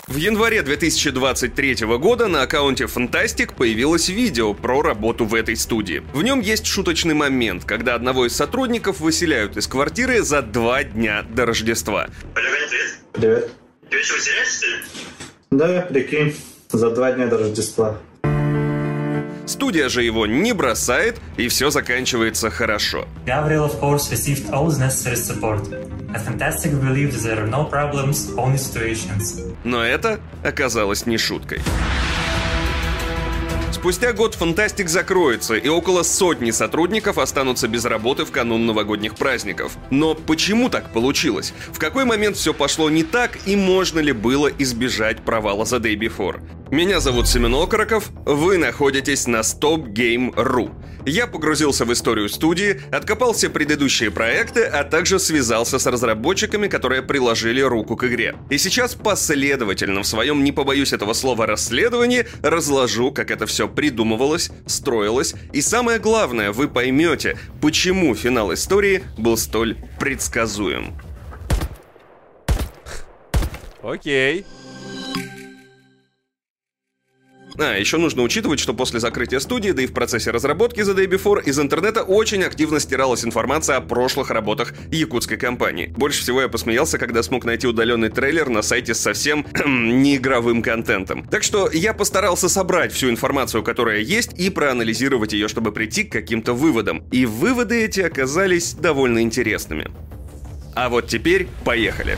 В январе 2023 года на аккаунте Fantastic появилось видео про работу в этой студии. В нем есть шуточный момент, когда одного из сотрудников выселяют из квартиры за 2 дня до Рождества. Привет. Ты еще выселяешься, что ли? Да, прикинь, за 2 дня до Рождества. Студия же его не бросает, и все заканчивается хорошо. Gabriel, of course, received all the necessary support. At Fantastic we believe that there are no problems, only situations. Но это оказалось не шуткой. Спустя год Fantastic закроется, и около 100 сотрудников останутся без работы в канун новогодних праздников. Но почему так получилось? В какой момент все пошло не так, и можно ли было избежать провала The Day Before? Меня зовут Семен Окороков, вы находитесь на StopGame.ru. Я погрузился в историю студии, откопал все предыдущие проекты, а также связался с разработчиками, которые приложили руку к игре. И сейчас последовательно в своем, не побоюсь этого слова, расследовании разложу, как это все придумывалось, строилось, и самое главное, вы поймете, почему финал истории был столь предсказуем. Окей. Еще нужно учитывать, что после закрытия студии, да и в процессе разработки The Day Before, из интернета очень активно стиралась информация о прошлых работах якутской компании. Больше всего я посмеялся, когда смог найти удаленный трейлер на сайте с совсем неигровым контентом. Так что я постарался собрать всю информацию, которая есть, и проанализировать ее, чтобы прийти к каким-то выводам. И выводы эти оказались довольно интересными. А вот теперь поехали.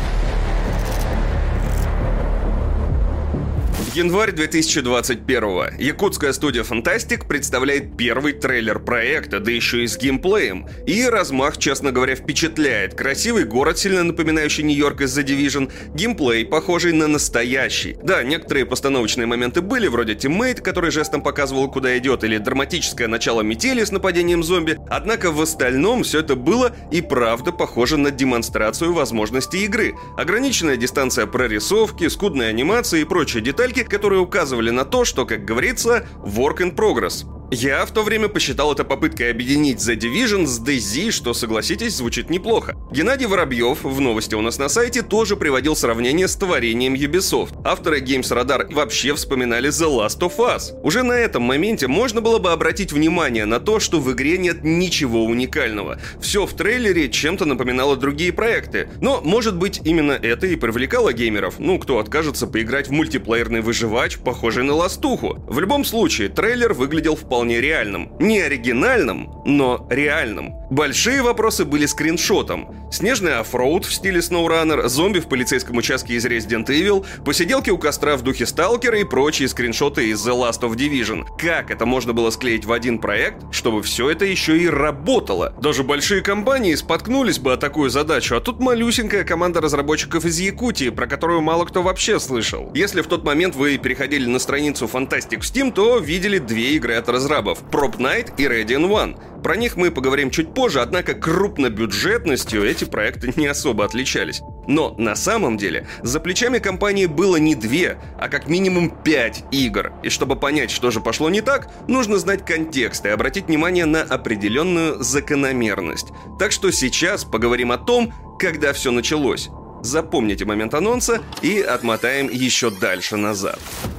Январь 2021-го. Якутская студия Fantastic представляет первый трейлер проекта, да еще и с геймплеем. И размах, честно говоря, впечатляет. Красивый город, сильно напоминающий Нью-Йорк из The Division, геймплей, похожий на настоящий. Да, некоторые постановочные моменты были, вроде тиммейт, который жестом показывал, куда идет, или драматическое начало метели с нападением зомби. Однако в остальном все это было и правда похоже на демонстрацию возможностей игры. Ограниченная дистанция прорисовки, скудная анимация и прочие детальки, которые указывали на то, что, как говорится, work in progress. Я в то время посчитал это попыткой объединить The Division с DayZ, что, согласитесь, звучит неплохо. Геннадий Воробьев, в новости у нас на сайте, тоже приводил сравнение с творением Ubisoft. Авторы Games Radar вообще вспоминали The Last of Us. Уже на этом моменте можно было бы обратить внимание на то, что в игре нет ничего уникального. Все в трейлере чем-то напоминало другие проекты. Но, может быть, именно это и привлекало геймеров. Кто откажется поиграть в мультиплеерный выживач, похожий на ластуху? В любом случае, трейлер выглядел вполне реальным. Не оригинальным, но реальным. Большие вопросы были скриншотом. Снежный оффроуд в стиле SnowRunner, зомби в полицейском участке из Resident Evil, посиделки у костра в духе Сталкера и прочие скриншоты из The Last of Division. Как это можно было склеить в один проект, чтобы все это еще и работало? Даже большие компании споткнулись бы о такую задачу, а тут малюсенькая команда разработчиков из Якутии, про которую мало кто вообще слышал. Если в тот момент вы переходили на страницу Fantastic в Steam, то видели 2 игры от разрабов — Prop Night и Radiant One. Про них мы поговорим чуть позже, однако крупнобюджетностью эти проекты не особо отличались. Но на самом деле за плечами компании было не 2, а как минимум 5 игр. И чтобы понять, что же пошло не так, нужно знать контекст и обратить внимание на определенную закономерность. Так что сейчас поговорим о том, когда все началось. Запомните момент анонса и отмотаем еще дальше назад.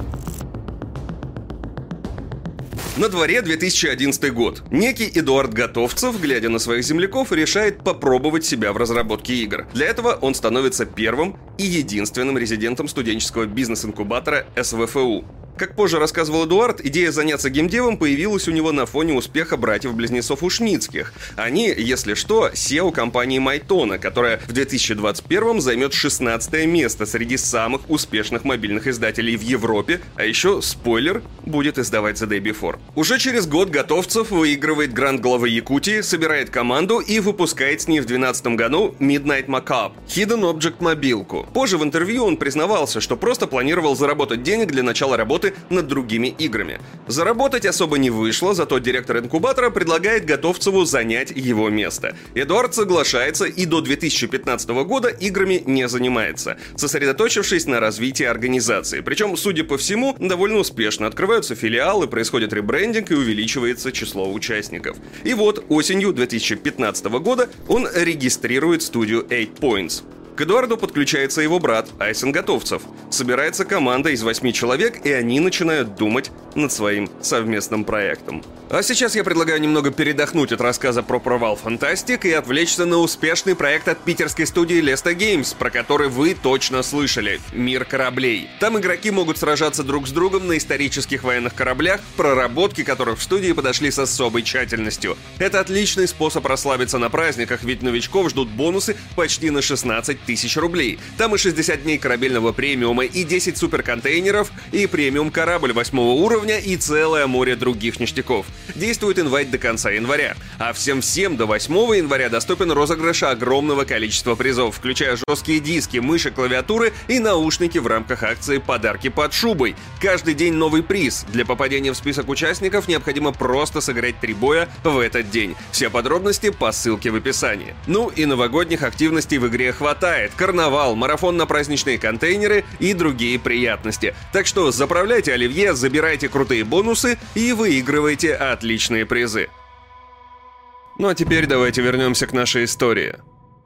На дворе 2011 год. Некий Эдуард Готовцев, глядя на своих земляков, решает попробовать себя в разработке игр. Для этого он становится первым и единственным резидентом студенческого бизнес-инкубатора СВФУ. Как позже рассказывал Эдуард, идея заняться геймдевом появилась у него на фоне успеха братьев-близнецов Ушницких. Они, если что, SEO компании Майтона, которая в 2021 займет 16 место среди самых успешных мобильных издателей в Европе, а еще, спойлер, будет издавать The Day Before. Уже через год Готовцев выигрывает грант главы Якутии, собирает команду и выпускает с ней в 2012 году Midnight Macabre — Hidden Object мобилку. Позже в интервью он признавался, что просто планировал заработать денег для начала работы над другими играми. Заработать особо не вышло, зато директор инкубатора предлагает Готовцеву занять его место. Эдуард соглашается и до 2015 года играми не занимается, сосредоточившись на развитии организации. Причем, судя по всему, довольно успешно. Открываются филиалы, происходит ребрендинг и увеличивается число участников. И вот осенью 2015 года он регистрирует студию 8 Points. К Эдуарду подключается его брат Айсен Готовцев. Собирается команда из 8 человек, и они начинают думать над своим совместным проектом. А сейчас я предлагаю немного передохнуть от рассказа про провал Фантастик и отвлечься на успешный проект от питерской студии Lesta Games, про который вы точно слышали — «Мир кораблей». Там игроки могут сражаться друг с другом на исторических военных кораблях, проработки которых в студии подошли с особой тщательностью. Это отличный способ расслабиться на праздниках, ведь новичков ждут бонусы почти на 16 тысяч рублей. Там и 60 дней корабельного премиума, и 10 суперконтейнеров, и премиум корабль 8 уровня, и целое море других ништяков. Действует инвайт до конца января. А всем до 8 января доступен розыгрыш огромного количества призов, включая жесткие диски, мыши, клавиатуры и наушники в рамках акции «Подарки под шубой». Каждый день новый приз. Для попадания в список участников необходимо просто сыграть 3 боя в этот день. Все подробности по ссылке в описании. Ну и новогодних активностей в игре хватает. Карнавал, марафон на праздничные контейнеры и другие приятности. Так что заправляйте оливье, забирайте крутые бонусы и выигрывайте отличные призы. Ну а теперь давайте вернемся к нашей истории.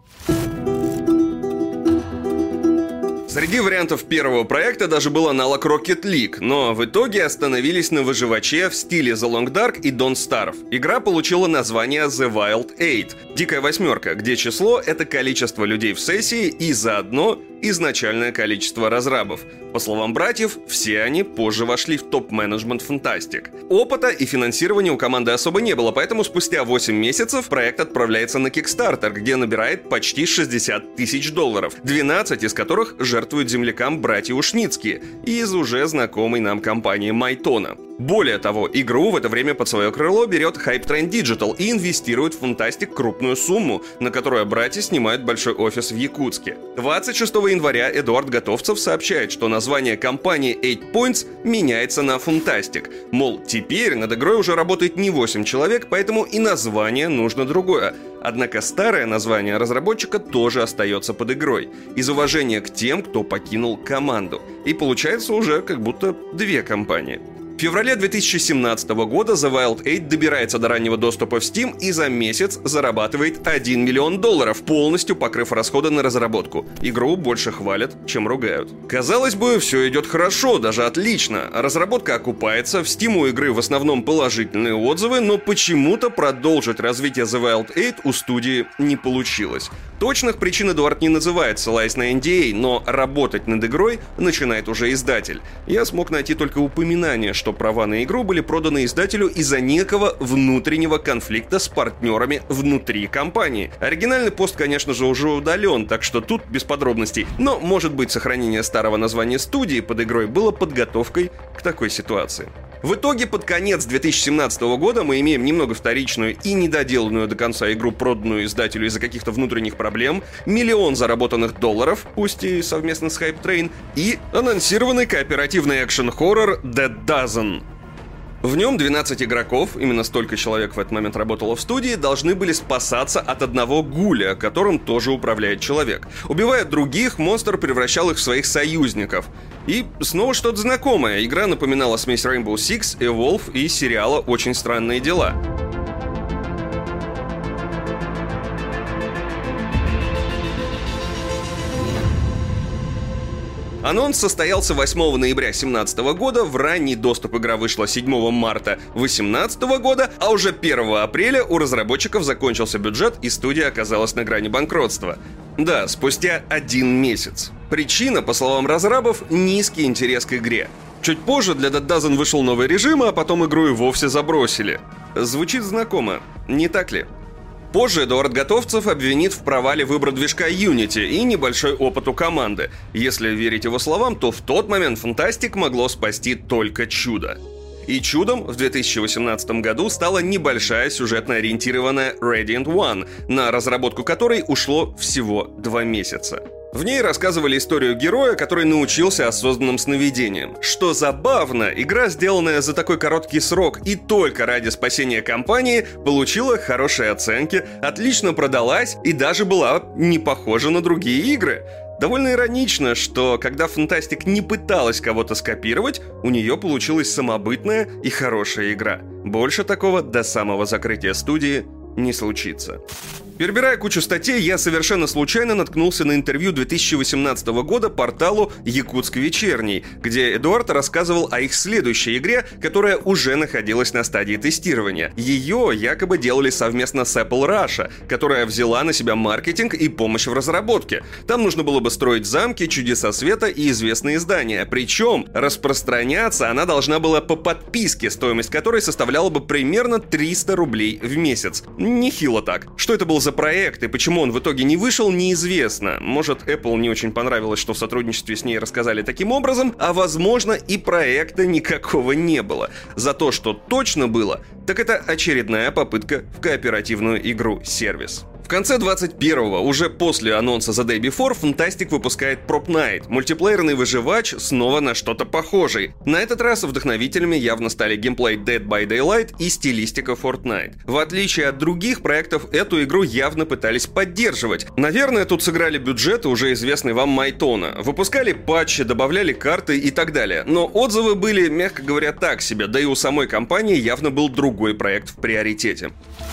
Среди вариантов первого проекта даже был аналог Rocket League, но в итоге остановились на выживаче в стиле The Long Dark и Don't Starve. Игра получила название The Wild 8, Дикая восьмерка, где число — это количество людей в сессии и заодно изначальное количество разрабов. По словам братьев, все они позже вошли в топ-менеджмент Фантастик. Опыта и финансирования у команды особо не было, поэтому спустя 8 месяцев проект отправляется на Kickstarter, где набирает почти $60 тысяч, 12 из которых жертвуют землякам братья Ушницкие из уже знакомой нам компании Майтона. Более того, игру в это время под свое крыло берет Hype Train Digital и инвестирует в Фантастик крупную сумму, на которую братья снимают большой офис в Якутске. 26 января Эдуард Готовцев сообщает, что название компании 8 Points меняется на Фантастик. Мол, теперь над игрой уже работает не 8 человек, поэтому и название нужно другое. Однако старое название разработчика тоже остается под игрой, из уважения к тем, кто покинул команду. И получается уже как будто 2 компании. В феврале 2017 года The Wild 8 добирается до раннего доступа в Steam и за месяц зарабатывает $1 миллион, полностью покрыв расходы на разработку. Игру больше хвалят, чем ругают. Казалось бы, все идет хорошо, даже отлично. Разработка окупается, в Steam у игры в основном положительные отзывы, но почему-то продолжить развитие The Wild 8 у студии не получилось. Точных причин Эдуард не называет, ссылаясь на NDA, но работать над игрой начинает уже издатель. Я смог найти только упоминание, что права на игру были проданы издателю из-за некого внутреннего конфликта с партнерами внутри компании. Оригинальный пост, конечно же, уже удален, так что тут без подробностей. Но, может быть, сохранение старого названия студии под игрой было подготовкой к такой ситуации. В итоге, под конец 2017 года мы имеем немного вторичную и недоделанную до конца игру, проданную издателю из-за каких-то внутренних проблем, $1 миллион заработанных, пусть и совместно с Hype Train, и анонсированный кооперативный экшен-хоррор Dead Dozen. В нем 12 игроков, именно столько человек в этот момент работало в студии, должны были спасаться от одного гуля, которым тоже управляет человек. Убивая других, монстр превращал их в своих союзников. И снова что-то знакомое. Игра напоминала смесь Rainbow Six, Evolve и сериала «Очень странные дела». Анонс состоялся 8 ноября 2017 года, в ранний доступ игра вышла 7 марта 2018 года, а уже 1 апреля у разработчиков закончился бюджет и студия оказалась на грани банкротства. Да, спустя 1 месяц. Причина, по словам разрабов, низкий интерес к игре. Чуть позже для Dead Dozen вышел новый режим, а потом игру и вовсе забросили. Звучит знакомо, не так ли? Позже Эдуард Готовцев обвинит в провале выбора движка Unity и небольшой опыт у команды. Если верить его словам, то в тот момент Фантастик могло спасти только чудо. И чудом в 2018 году стала небольшая сюжетно ориентированная Radiant One, на разработку которой ушло всего 2 месяца. В ней рассказывали историю героя, который научился осознанным сновидениям. Что забавно, игра, сделанная за такой короткий срок и только ради спасения компании, получила хорошие оценки, отлично продалась и даже была не похожа на другие игры. Довольно иронично, что когда Фантастик не пыталась кого-то скопировать, у нее получилась самобытная и хорошая игра. Больше такого до самого закрытия студии не случится. Перебирая кучу статей, я совершенно случайно наткнулся на интервью 2018 года порталу «Якутск Вечерний», где Эдуард рассказывал о их следующей игре, которая уже находилась на стадии тестирования. Ее якобы делали совместно с Apple Russia, которая взяла на себя маркетинг и помощь в разработке. Там нужно было бы строить замки, чудеса света и известные здания. Причем распространяться она должна была по подписке, стоимость которой составляла бы примерно 300 рублей в месяц. Нехило так. Что это был за проект и почему он в итоге не вышел, неизвестно. Может, Apple не очень понравилось, что в сотрудничестве с ней рассказали таким образом, а возможно и проекта никакого не было. За то, что точно было, так это очередная попытка в кооперативную игру-сервис. В конце 21-го, уже после анонса The Day Before, Fantastic выпускает Prop Night, мультиплеерный выживач снова на что-то похожий. На этот раз вдохновителями явно стали геймплей Dead by Daylight и стилистика Fortnite. В отличие от других проектов, эту игру явно пытались поддерживать. Наверное, тут сыграли бюджеты, уже известный вам Майтона. Выпускали патчи, добавляли карты и так далее. Но отзывы были, мягко говоря, так себе, да и у самой компании явно был другой проект в приоритете.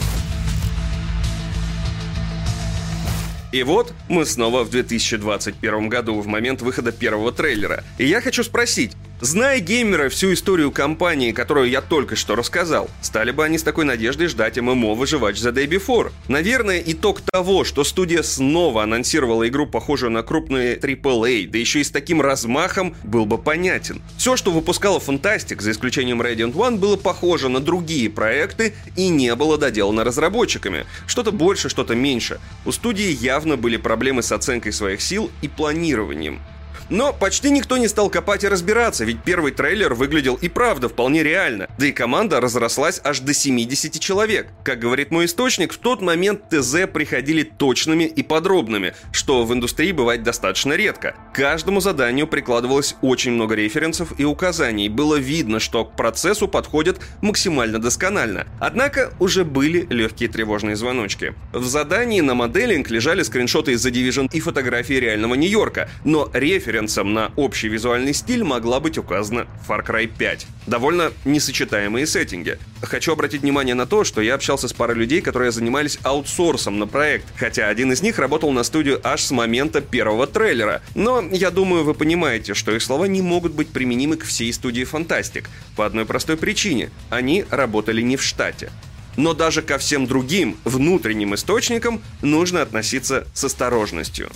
И вот мы снова в 2021 году, в момент выхода первого трейлера. И я хочу спросить, зная геймеры всю историю компании, которую я только что рассказал, стали бы они с такой надеждой ждать ММО-выживач The Day Before? Наверное, итог того, что студия снова анонсировала игру, похожую на крупные AAA, да еще и с таким размахом, был бы понятен. Все, что выпускала Fantastic, за исключением Radiant One, было похоже на другие проекты и не было доделано разработчиками. Что-то больше, что-то меньше. У студии явно были проблемы с оценкой своих сил и планированием. Но почти никто не стал копать и разбираться, ведь первый трейлер выглядел и правда вполне реально, да и команда разрослась аж до 70 человек. Как говорит мой источник, в тот момент ТЗ приходили точными и подробными, что в индустрии бывает достаточно редко. К каждому заданию прикладывалось очень много референсов и указаний, было видно, что к процессу подходят максимально досконально. Однако уже были легкие тревожные звоночки. В задании на моделинг лежали скриншоты из The Division и фотографии реального Нью-Йорка, но референсом на общий визуальный стиль могла быть указана Far Cry 5. Довольно несочетаемые сеттинги. Хочу обратить внимание на то, что я общался с парой людей, которые занимались аутсорсом на проект, хотя один из них работал на студию аж с момента первого трейлера. Но я думаю, вы понимаете, что их слова не могут быть применимы к всей студии Fantastic. По одной простой причине. Они работали не в штате. Но даже ко всем другим внутренним источникам нужно относиться с осторожностью.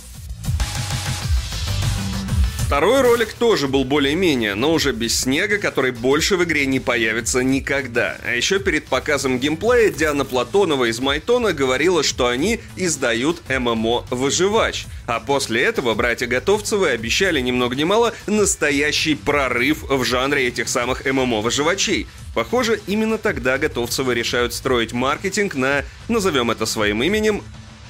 Второй ролик тоже был более-менее, но уже без снега, который больше в игре не появится никогда. А еще перед показом геймплея Диана Платонова из Майтона говорила, что они издают ММО-выживач. А после этого братья Готовцевы обещали ни много ни мало настоящий прорыв в жанре этих самых ММО-выживачей. Похоже, именно тогда Готовцевы решают строить маркетинг на, назовем это своим именем,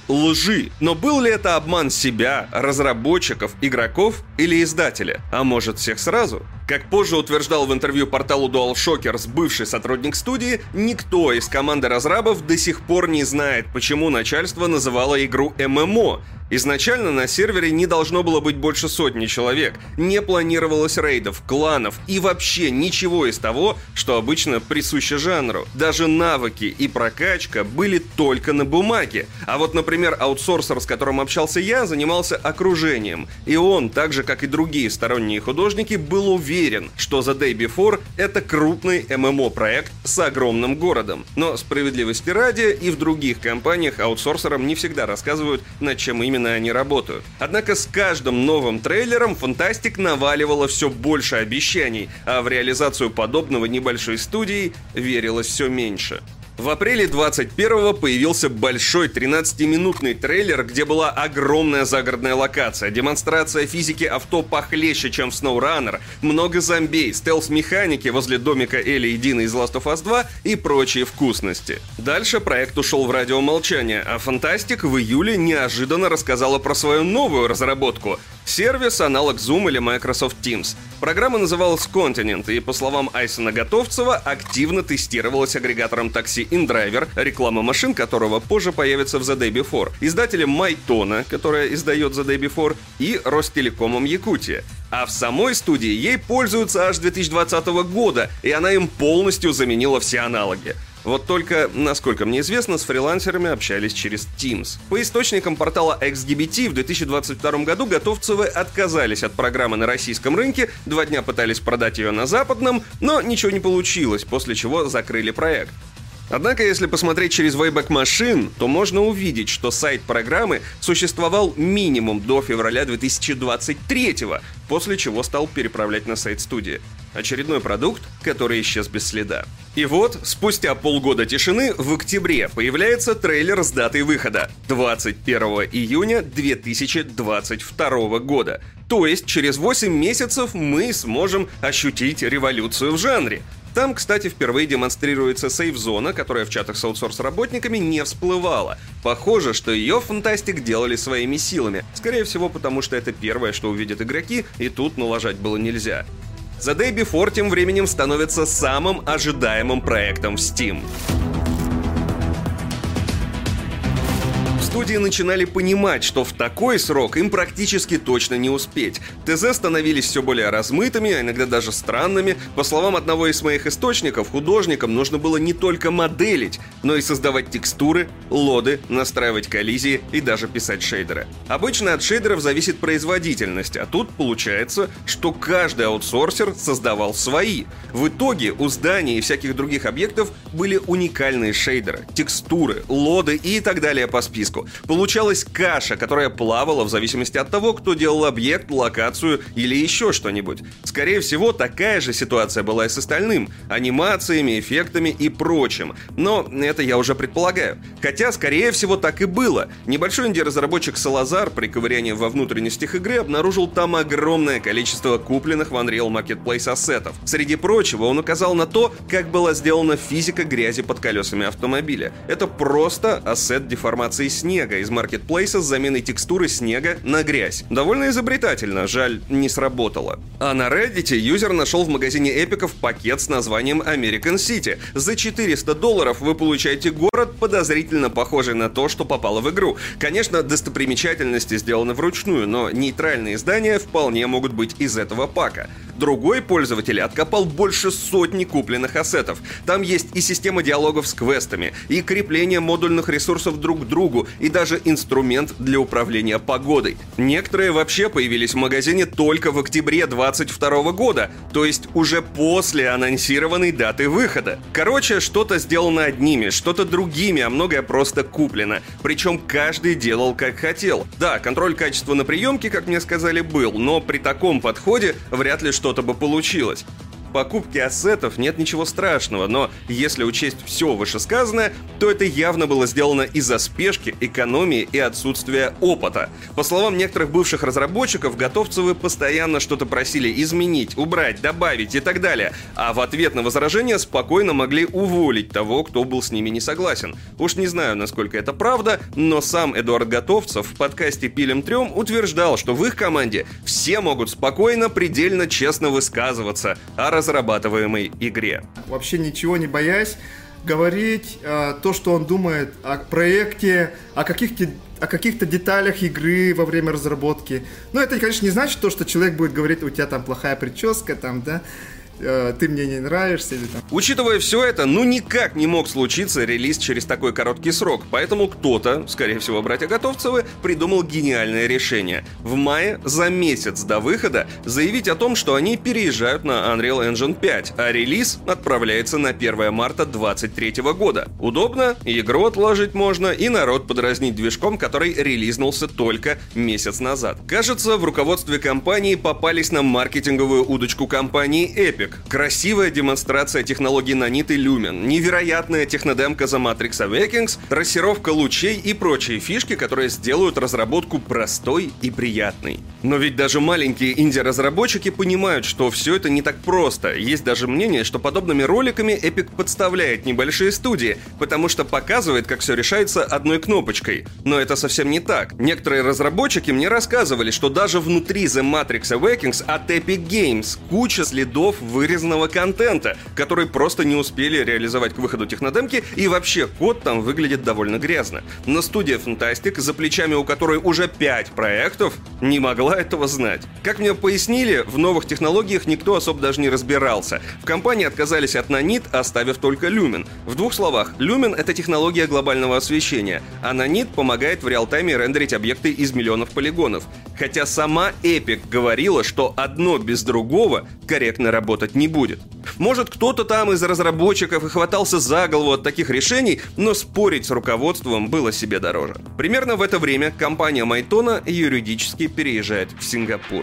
лжи. Но был ли это обман себя, разработчиков, игроков или издателя? А может, всех сразу? Как позже утверждал в интервью порталу DualShockers бывший сотрудник студии, никто из команды разрабов до сих пор не знает, почему начальство называло игру ММО. Изначально на сервере не должно было быть больше сотни человек, не планировалось рейдов, кланов и вообще ничего из того, что обычно присуще жанру. Даже навыки и прокачка были только на бумаге. А вот, например, аутсорсер, с которым общался я, занимался окружением. И он, так же как и другие сторонние художники, был уверен, что The Day Before — это крупный ММО-проект с огромным городом. Но справедливости ради, и в других компаниях аутсорсерам не всегда рассказывают, над чем именно они работают. Однако с каждым новым трейлером Fantastic наваливала все больше обещаний, а в реализацию подобного небольшой студии верилось все меньше. В апреле 21-го появился большой 13-минутный трейлер, где была огромная загородная локация, демонстрация физики авто похлеще, чем в SnowRunner, много зомбей, стелс-механики возле домика Элли и Дины из Last of Us 2 и прочие вкусности. Дальше проект ушел в радиомолчание, а Fantastic в июле неожиданно рассказала про свою новую разработку — сервис, аналог Zoom или Microsoft Teams. Программа называлась Continent и, по словам Айсена Готовцева, активно тестировалась агрегатором такси InDriver, реклама машин которого позже появится в The Day Before, издателем Майтона, которая издает The Day Before, и Ростелекомом Якутия. А в самой студии ей пользуются аж 2020 года, и она им полностью заменила все аналоги. Вот только, насколько мне известно, с фрилансерами общались через Teams. По источникам портала XGBT в 2022 году готовцевы отказались от программы на российском рынке, 2 дня пытались продать ее на западном, но ничего не получилось, после чего закрыли проект. Однако, если посмотреть через Wayback Machine, то можно увидеть, что сайт программы существовал минимум до февраля 2023-го, после чего стал переправлять на сайт студии. Очередной продукт, который исчез без следа. И вот, спустя полгода тишины, в октябре появляется трейлер с датой выхода – 21 июня 2022 года. То есть, через 8 месяцев мы сможем ощутить революцию в жанре. Там, кстати, впервые демонстрируется сейф-зона, которая в чатах с аутсорс-работниками не всплывала. Похоже, что ее Фантастик делали своими силами. Скорее всего, потому что это первое, что увидят игроки, и тут налажать было нельзя. The Day Before тем временем становится самым ожидаемым проектом в Steam. В студии начинали понимать, что в такой срок им практически точно не успеть. ТЗ становились все более размытыми, а иногда даже странными. По словам одного из моих источников, художникам нужно было не только моделить, но и создавать текстуры, лоды, настраивать коллизии и даже писать шейдеры. Обычно от шейдеров зависит производительность, а тут получается, что каждый аутсорсер создавал свои. В итоге у зданий и всяких других объектов были уникальные шейдеры, текстуры, лоды и так далее по списку. Получалась каша, которая плавала в зависимости от того, кто делал объект, локацию или еще что-нибудь. Скорее всего, такая же ситуация была и с остальным – анимациями, эффектами и прочим. Но это я уже предполагаю. Хотя, скорее всего, так и было. Небольшой инди-разработчик Салазар при ковырянии во внутренностях игры обнаружил там огромное количество купленных в Unreal Marketplace ассетов. Среди прочего, он указал на то, как была сделана физика грязи под колесами автомобиля. Это просто ассет деформации снега из маркетплейса с заменой текстуры снега на грязь. Довольно изобретательно, жаль, не сработало. А на Reddit юзер нашел в магазине эпиков пакет с названием American City. За $400 вы получаете город, подозрительно похожий на то, что попало в игру. Конечно, достопримечательности сделаны вручную, но нейтральные здания вполне могут быть из этого пака. Другой пользователь откопал больше сотни купленных ассетов. Там есть и система диалогов с квестами, и крепление модульных ресурсов друг к другу, и даже инструмент для управления погодой. Некоторые вообще появились в магазине только в октябре 2022 года, то есть уже после анонсированной даты выхода. Короче, что-то сделано одними, что-то другими, а многое просто куплено. Причем каждый делал как хотел. Да, контроль качества на приемке, как мне сказали, был, но при таком подходе вряд ли что-то бы получилось. В покупке ассетов нет ничего страшного, но если учесть все вышесказанное, то это явно было сделано из-за спешки, экономии и отсутствия опыта. По словам некоторых бывших разработчиков, готовцевы постоянно что-то просили изменить, убрать, добавить и так далее, а в ответ на возражения спокойно могли уволить того, кто был с ними не согласен. Уж не знаю, насколько это правда, но сам Эдуард Готовцев в подкасте «Пилим трем» утверждал, что в их команде все могут спокойно, предельно честно высказываться о разрабатываемой игре. Вообще ничего не боясь, говорить то, что он думает о проекте, о каких-то деталях игры во время разработки. Но это, конечно, не значит то, что человек будет говорить, у тебя там плохая прическа, там, да, ты мне не нравишься или там. Учитывая все это, никак не мог случиться релиз через такой короткий срок, поэтому кто-то, скорее всего братья Готовцевы, придумал гениальное решение. В мае, за месяц до выхода, заявить о том, что они переезжают на Unreal Engine 5, а релиз отправляется на 1 марта 2023 года. Удобно, игру отложить можно, и народ подразнить движком, который релизнулся только месяц назад. Кажется, в руководстве компании попались на маркетинговую удочку компании Epic. Красивая демонстрация технологий Nanite и Lumen, невероятная технодемка The Matrix Awakens, трассировка лучей и прочие фишки, которые сделают разработку простой и приятной. Но ведь даже маленькие инди-разработчики понимают, что все это не так просто. Есть даже мнение, что подобными роликами Epic подставляет небольшие студии, потому что показывает, как все решается одной кнопочкой. Но это совсем не так. Некоторые разработчики мне рассказывали, что даже внутри The Matrix Awakens от Epic Games куча следов в вырезанного контента, который просто не успели реализовать к выходу технодемки, и вообще код там выглядит довольно грязно. Но студия Fantastic, за плечами у которой уже 5 проектов, не могла этого знать. Как мне пояснили, в новых технологиях никто особо даже не разбирался. В компании отказались от Nanit, оставив только Lumen. В двух словах, Lumen — это технология глобального освещения, а Nanit помогает в реал-тайме рендерить объекты из миллионов полигонов. Хотя сама Epic говорила, что одно без другого корректно работать не будет. Может, кто-то там из разработчиков и хватался за голову от таких решений, но спорить с руководством было себе дороже. Примерно в это время компания Майтона юридически переезжает в Сингапур.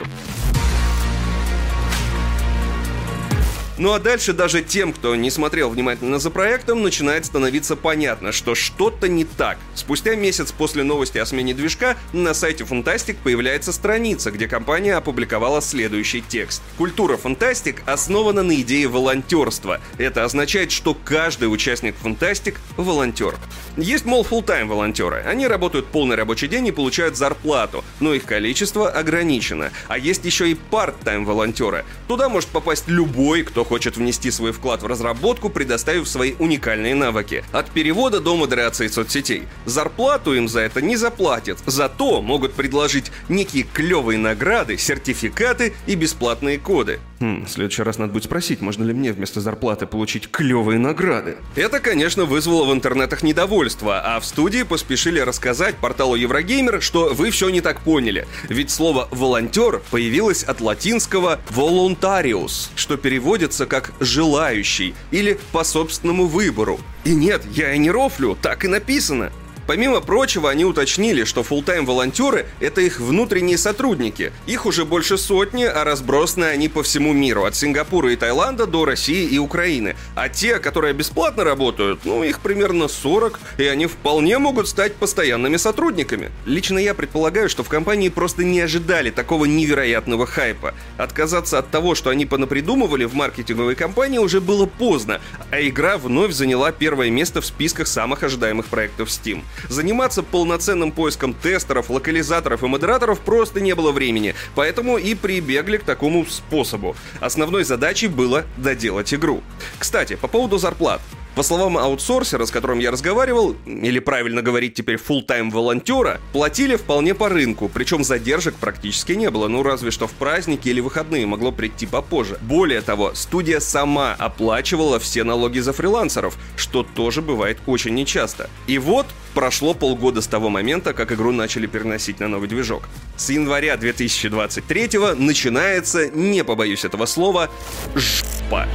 Ну а дальше даже тем, кто не смотрел внимательно за проектом, начинает становиться понятно, что что-то не так. Спустя месяц после новости о смене движка на сайте Fantastic появляется страница, где компания опубликовала следующий текст. Культура Fantastic основана на идее волонтерства. Это означает, что каждый участник Fantastic — волонтер. Есть, мол, full-time волонтеры. Они работают полный рабочий день и получают зарплату, но их количество ограничено. А есть еще и part-time волонтеры. Туда может попасть любой, кто хочет внести свой вклад в разработку, предоставив свои уникальные навыки. От перевода до модерации соцсетей. Зарплату им за это не заплатят, зато могут предложить некие клевые награды, сертификаты и бесплатные коды. В следующий раз надо будет спросить, можно ли мне вместо зарплаты получить клевые награды. Это, конечно, вызвало в интернетах недовольство, а в студии поспешили рассказать порталу Еврогеймер, что вы все не так поняли. Ведь слово «волонтер» появилось от латинского «voluntarius», что переводится как «желающий» или «по собственному выбору». И нет, я и не рофлю, так и написано. Помимо прочего, они уточнили, что фулл-тайм волонтеры — это их внутренние сотрудники. Их уже больше сотни, а разбросаны они по всему миру, от Сингапура и Таиланда до России и Украины. А те, которые бесплатно работают, их примерно 40, и они вполне могут стать постоянными сотрудниками. Лично я предполагаю, что в компании просто не ожидали такого невероятного хайпа. Отказаться от того, что они понапридумывали в маркетинговой кампании, уже было поздно, а игра вновь заняла первое место в списках самых ожидаемых проектов Steam. Заниматься полноценным поиском тестеров, локализаторов и модераторов просто не было времени, поэтому и прибегли к такому способу. Основной задачей было доделать игру. Кстати, по поводу зарплат. По словам аутсорсера, с которым я разговаривал, или правильно говорить теперь full-time волонтера, платили вполне по рынку, причем задержек практически не было, разве что в праздники или выходные могло прийти попозже. Более того, студия сама оплачивала все налоги за фрилансеров, что тоже бывает очень нечасто. И вот прошло полгода с того момента, как игру начали переносить на новый движок. С января 2023-го начинается, не побоюсь этого слова, жопа.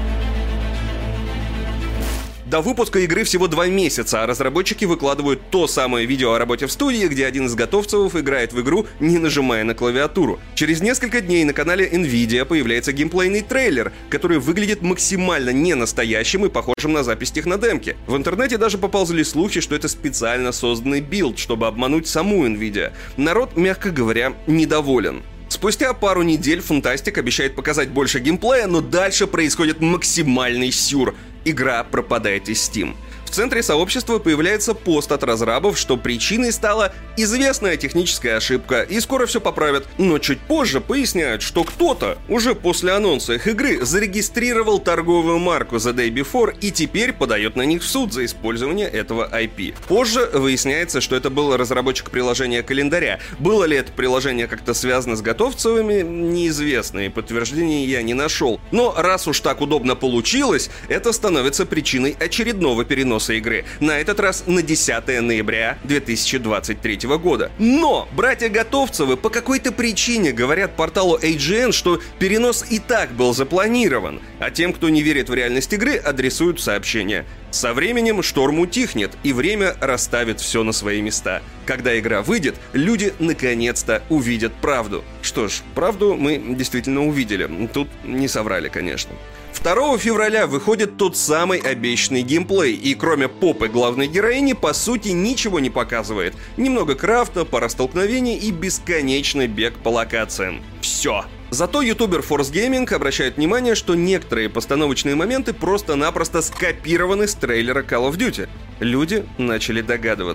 До выпуска игры всего 2 месяца, а разработчики выкладывают то самое видео о работе в студии, где один из готовцев играет в игру, не нажимая на клавиатуру. Через несколько дней на канале Nvidia появляется геймплейный трейлер, который выглядит максимально ненастоящим и похожим на запись технодемки. В интернете даже поползли слухи, что это специально созданный билд, чтобы обмануть саму Nvidia. Народ, мягко говоря, недоволен. Спустя пару недель Fantastic обещает показать больше геймплея, но дальше происходит максимальный сюр. Игра пропадает из Steam. В центре сообщества появляется пост от разрабов, что причиной стала известная техническая ошибка, и скоро все поправят. Но чуть позже поясняют, что кто-то уже после анонса их игры зарегистрировал торговую марку The Day Before и теперь подает на них в суд за использование этого IP. Позже выясняется, что это был разработчик приложения календаря. Было ли это приложение как-то связано с готовцевыми, неизвестно, и подтверждений я не нашел. Но раз уж так удобно получилось, это становится причиной очередного переноса игры. На этот раз на 10 ноября 2023 года. Но братья Готовцевы по какой-то причине говорят порталу IGN, что перенос и так был запланирован, а тем, кто не верит в реальность игры, адресуют сообщение. Со временем шторм утихнет, и время расставит все на свои места. Когда игра выйдет, люди наконец-то увидят правду. Что ж, правду мы действительно увидели. Тут не соврали, конечно. 2 февраля выходит тот самый обещанный геймплей, и кроме попы главной героини, по сути, ничего не показывает. Немного крафта, пара столкновений и бесконечный бег по локациям. Все. Зато ютубер Force Gaming обращает внимание, что некоторые постановочные моменты просто-напросто скопированы с трейлера Call of Duty. Люди начали догадываться.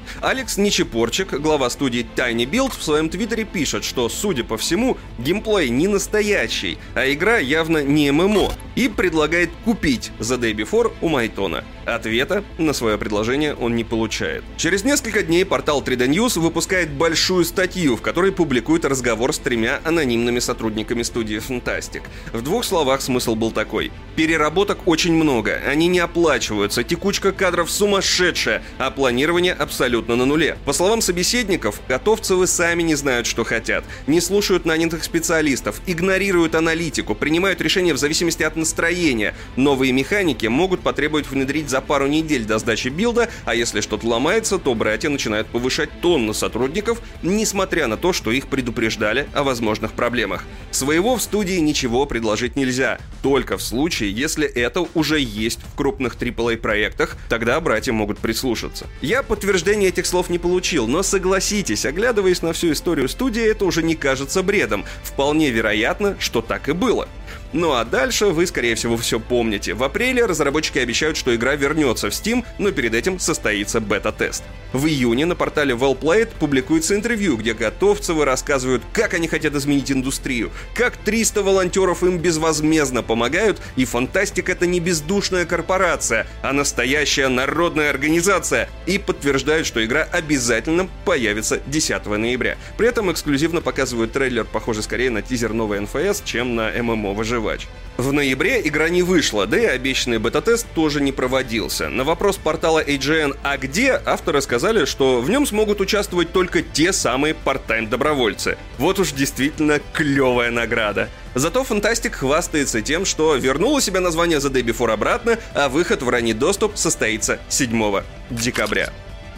Алекс Нечепорчик, глава студии Tiny Build, в своем твиттере пишет, что, судя по всему, геймплей не настоящий, а игра явно не ММО, и предлагает купить The Day Before у Майтона. Ответа на свое предложение он не получает. Через несколько дней портал 3D News выпускает большую статью, в которой публикует разговор с 3 анонимными сотрудниками студии Fantastic. В 2 словах смысл был такой: переработок очень много, они не оплачиваются, текучка кадров сумасшедшая, а планирование абсолютно на нуле. По словам собеседников, готовцевы сами не знают, что хотят, не слушают нанятых специалистов, игнорируют аналитику, принимают решения в зависимости от настроения. Новые механики могут потребовать внедрить за пару недель до сдачи билда, а если что-то ломается, то братья начинают повышать тон на сотрудников, несмотря на то, что их предупреждали о возможных проблемах. Своего в студии ничего предложить нельзя, только в случае, если это уже есть в крупных AAA-проектах, тогда братья могут прислушаться. Я подтверждения этих слов не получил, но согласитесь, оглядываясь на всю историю студии, это уже не кажется бредом. Вполне вероятно, что так и было. Ну а дальше вы, скорее всего, все помните. В апреле разработчики обещают, что игра вернется в Steam, но перед этим состоится бета-тест. В июне на портале Wellplayed публикуется интервью, где готовцевы рассказывают, как они хотят изменить индустрию, как 300 волонтеров им безвозмездно помогают, и Fantastic — это не бездушная корпорация, а настоящая народная организация, и подтверждают, что игра обязательно появится 10 ноября. При этом эксклюзивно показывают трейлер, похожий скорее на тизер новой НФС, чем на ММО-выживач. В ноябре игра не вышла, да и обещанный бета-тест тоже не проводился. На вопрос портала IGN «А где?», авторы сказали, что в нем смогут участвовать только те самые парт-тайм-добровольцы. Вот уж действительно клевая награда. Зато Fantastic хвастается тем, что вернула себе название The Day Before обратно, а выход в ранний доступ состоится 7 декабря.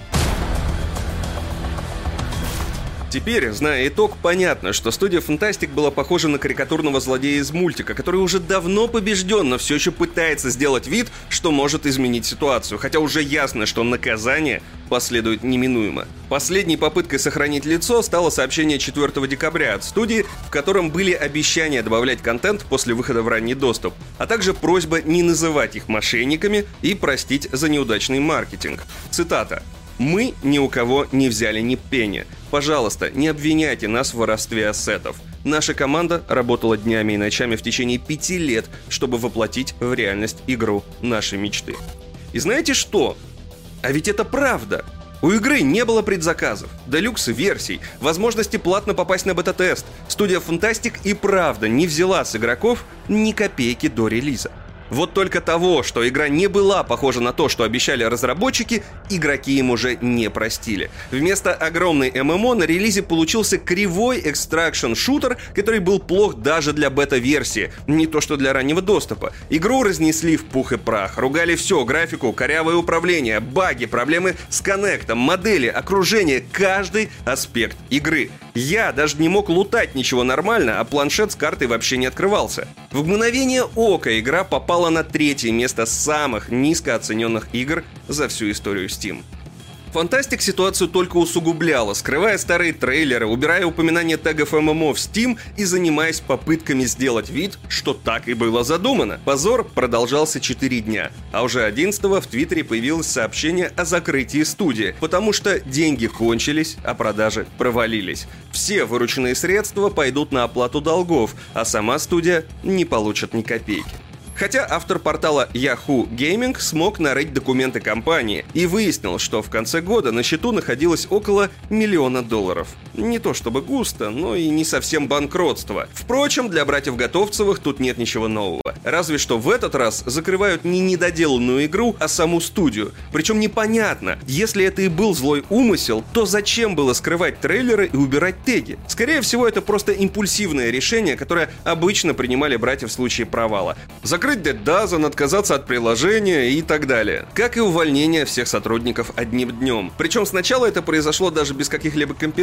Теперь, зная итог, понятно, что студия Fantastic была похожа на карикатурного злодея из мультика, который уже давно побежден, но все еще пытается сделать вид, что может изменить ситуацию, хотя уже ясно, что наказание последует неминуемо. Последней попыткой сохранить лицо стало сообщение 4 декабря от студии, в котором были обещания добавлять контент после выхода в ранний доступ, а также просьба не называть их мошенниками и простить за неудачный маркетинг. Цитата: «Мы ни у кого не взяли ни пенни. Пожалуйста, не обвиняйте нас в воровстве ассетов. Наша команда работала днями и ночами в течение 5 лет, чтобы воплотить в реальность игру нашей мечты». И знаете что? А ведь это правда. У игры не было предзаказов, делюкс-версий, возможности платно попасть на бета-тест. Студия Fantastic и правда не взяла с игроков ни копейки до релиза. Вот только того, что игра не была похожа на то, что обещали разработчики, игроки им уже не простили. Вместо огромной ММО на релизе получился кривой экстракшн-шутер, который был плох даже для бета-версии, не то что для раннего доступа. Игру разнесли в пух и прах, ругали все: графику, корявое управление, баги, проблемы с коннектом, модели, окружение, каждый аспект игры. Я даже не мог лутать ничего нормально, а планшет с картой вообще не открывался. В мгновение ока игра попала на 3-е место самых низко оцененных игр за всю историю Steam. Fantastic ситуацию только усугубляла, скрывая старые трейлеры, убирая упоминания тегов ММО в Steam и занимаясь попытками сделать вид, что так и было задумано. Позор продолжался 4 дня, а уже 11-го в Твиттере появилось сообщение о закрытии студии, потому что деньги кончились, а продажи провалились. Все вырученные средства пойдут на оплату долгов, а сама студия не получит ни копейки. Хотя автор портала Yahoo Gaming смог нарыть документы компании и выяснил, что в конце года на счету находилось около $1 миллиона. Не то чтобы густо, но и не совсем банкротство. Впрочем, для братьев Готовцевых тут нет ничего нового. Разве что в этот раз закрывают не недоделанную игру, а саму студию. Причем непонятно, если это и был злой умысел, то зачем было скрывать трейлеры и убирать теги? Скорее всего, это просто импульсивное решение, которое обычно принимали братья в случае провала. Закрыть Dead Dozen, отказаться от приложения и так далее. Как и увольнение всех сотрудников одним днем. Причем сначала это произошло даже без каких-либо компенсаций.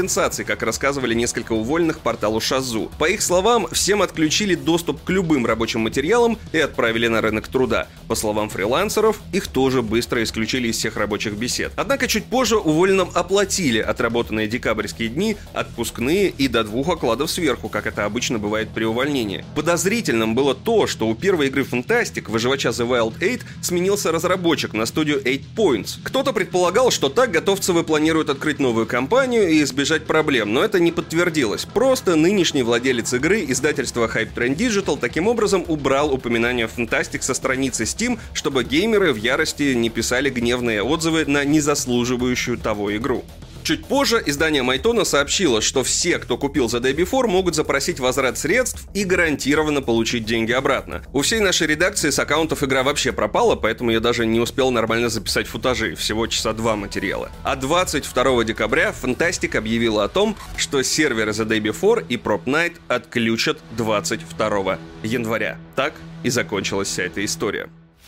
ликвидации, как рассказывали несколько уволенных порталу Shazoo. По их словам, всем отключили доступ к любым рабочим материалам и отправили на рынок труда. По словам фрилансеров, их тоже быстро исключили из всех рабочих бесед. Однако чуть позже уволенным оплатили отработанные декабрьские дни, отпускные и до 2 окладов сверху, как это обычно бывает при увольнении. Подозрительным было то, что у первой игры Fantastic, выживача The Wild 8, сменился разработчик на студию 8 Points. Кто-то предполагал, что так готовцевы планируют открыть новую компанию и избежать проблем, но это не подтвердилось. Просто нынешний владелец игры, издательство Hype Train Digital, таким образом убрал упоминание Fantastic со страницы Steam, чтобы геймеры в ярости не писали гневные отзывы на незаслуживающую того игру. Чуть позже издание Майтона сообщило, что все, кто купил The Day Before, могут запросить возврат средств и гарантированно получить деньги обратно. У всей нашей редакции с аккаунтов игра вообще пропала, поэтому я даже не успел нормально записать футажи, всего часа 2 материала. А 22 декабря Fantastic объявила о том, что серверы The Day Before и Prop Night отключат 22 января. Так и закончилась вся эта история.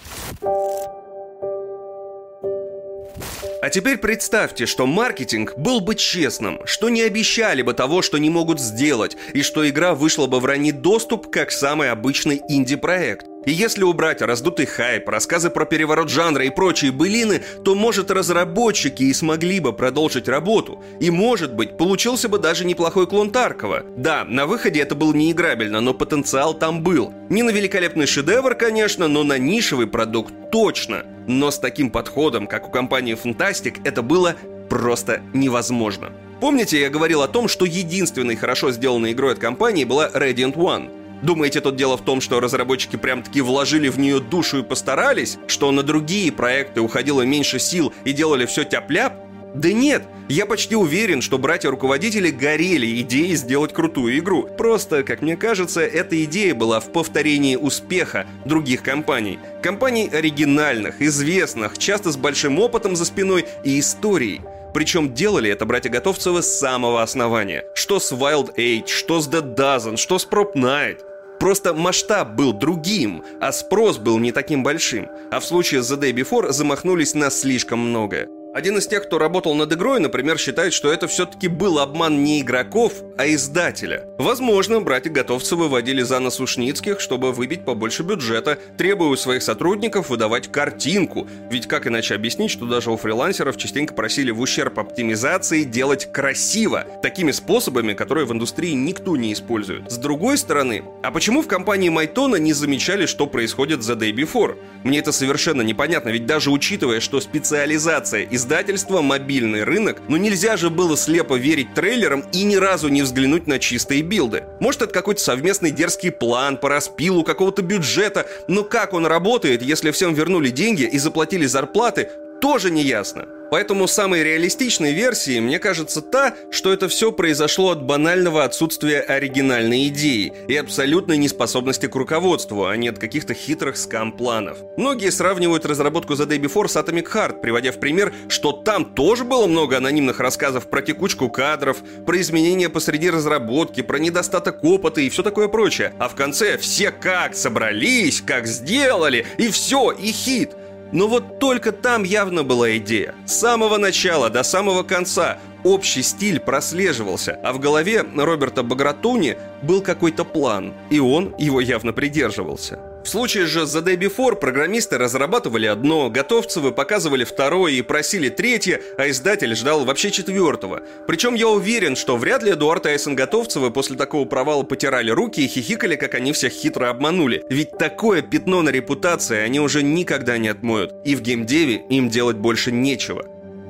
А теперь представьте, что маркетинг был бы честным, что не обещали бы того, что не могут сделать, и что игра вышла бы в ранний доступ, как самый обычный инди-проект. И если убрать раздутый хайп, рассказы про переворот жанра и прочие былины, то, может, разработчики и смогли бы продолжить работу. И, может быть, получился бы даже неплохой клон Таркова. Да, на выходе это было неиграбельно, но потенциал там был. Не на великолепный шедевр, конечно, но на нишевый продукт точно. Но с таким подходом, как у компании Fantastic, это было просто невозможно. Помните, я говорил о том, что единственной хорошо сделанной игрой от компании была Radiant One? Думаете, тут дело в том, что разработчики прям-таки вложили в нее душу и постарались? Что на другие проекты уходило меньше сил и делали все тяп-ляп? Да нет, я почти уверен, что братья-руководители горели идеей сделать крутую игру. Просто, как мне кажется, эта идея была в повторении успеха других компаний. Компаний оригинальных, известных, часто с большим опытом за спиной и историей. Причем делали это братья-готовцевы с самого основания. Что с Wild Age, что с Dead Dozen, что с Prop Night. Просто масштаб был другим, а спрос был не таким большим. А в случае с The Day Before замахнулись на слишком многое. Один из тех, кто работал над игрой, например, считает, что это все-таки был обман не игроков, а издателя. Возможно, братья-готовцы выводили за нос Ушницких, чтобы выбить побольше бюджета, требуя у своих сотрудников выдавать картинку. Ведь как иначе объяснить, что даже у фрилансеров частенько просили в ущерб оптимизации делать красиво, такими способами, которые в индустрии никто не использует. С другой стороны, а почему в компании Майтона не замечали, что происходит The Day Before? Мне это совершенно непонятно, ведь даже учитывая, что специализация издательства — мобильный рынок, но нельзя же было слепо верить трейлерам и ни разу не взглянуть на чистые билды. Может, это какой-то совместный дерзкий план по распилу какого-то бюджета, но как он работает, если всем вернули деньги и заплатили зарплаты, тоже не ясно. Поэтому самой реалистичной версией, мне кажется, та, что это все произошло от банального отсутствия оригинальной идеи и абсолютной неспособности к руководству, а не от каких-то хитрых скам-планов. Многие сравнивают разработку The Day Before с Atomic Heart, приводя в пример, что там тоже было много анонимных рассказов про текучку кадров, про изменения посреди разработки, про недостаток опыта и все такое прочее. А в конце все как собрались, как сделали, и все, и хит. Но вот только там явно была идея. С самого начала до самого конца общий стиль прослеживался, а в голове Роберта Багратуни был какой-то план, и он его явно придерживался. В случае же с The Day Before программисты разрабатывали одно, готовцевы показывали второе и просили третье, а издатель ждал вообще четвертого. Причем я уверен, что вряд ли Эдуард и Айсен Готовцевы после такого провала потирали руки и хихикали, как они всех хитро обманули. Ведь такое пятно на репутации они уже никогда не отмоют, и в геймдеве им делать больше нечего.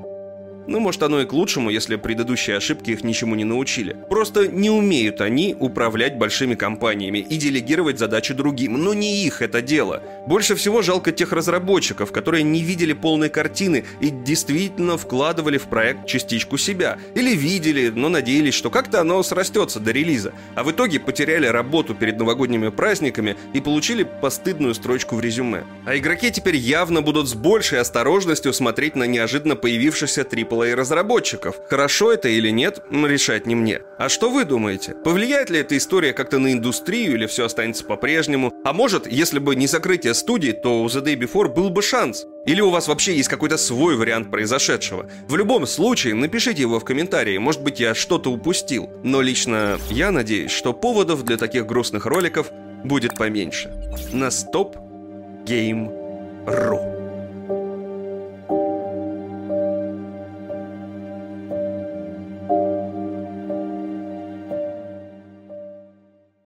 Ну, может, оно и к лучшему, если предыдущие ошибки их ничему не научили. Просто не умеют они управлять большими компаниями и делегировать задачи другим. Но не их это дело. Больше всего жалко тех разработчиков, которые не видели полной картины и действительно вкладывали в проект частичку себя. Или видели, но надеялись, что как-то оно срастется до релиза. А в итоге потеряли работу перед новогодними праздниками и получили постыдную строчку в резюме. А игроки теперь явно будут с большей осторожностью смотреть на неожиданно появившихся AAA разработчиков. Хорошо это или нет, решать не мне. А что вы думаете? Повлияет ли эта история как-то на индустрию или все останется по-прежнему? А может, если бы не закрытие студий, то у The Day Before был бы шанс? Или у вас вообще есть какой-то свой вариант произошедшего? В любом случае, напишите его в комментарии, может быть, я что-то упустил. Но лично я надеюсь, что поводов для таких грустных роликов будет поменьше. На StopGame.ru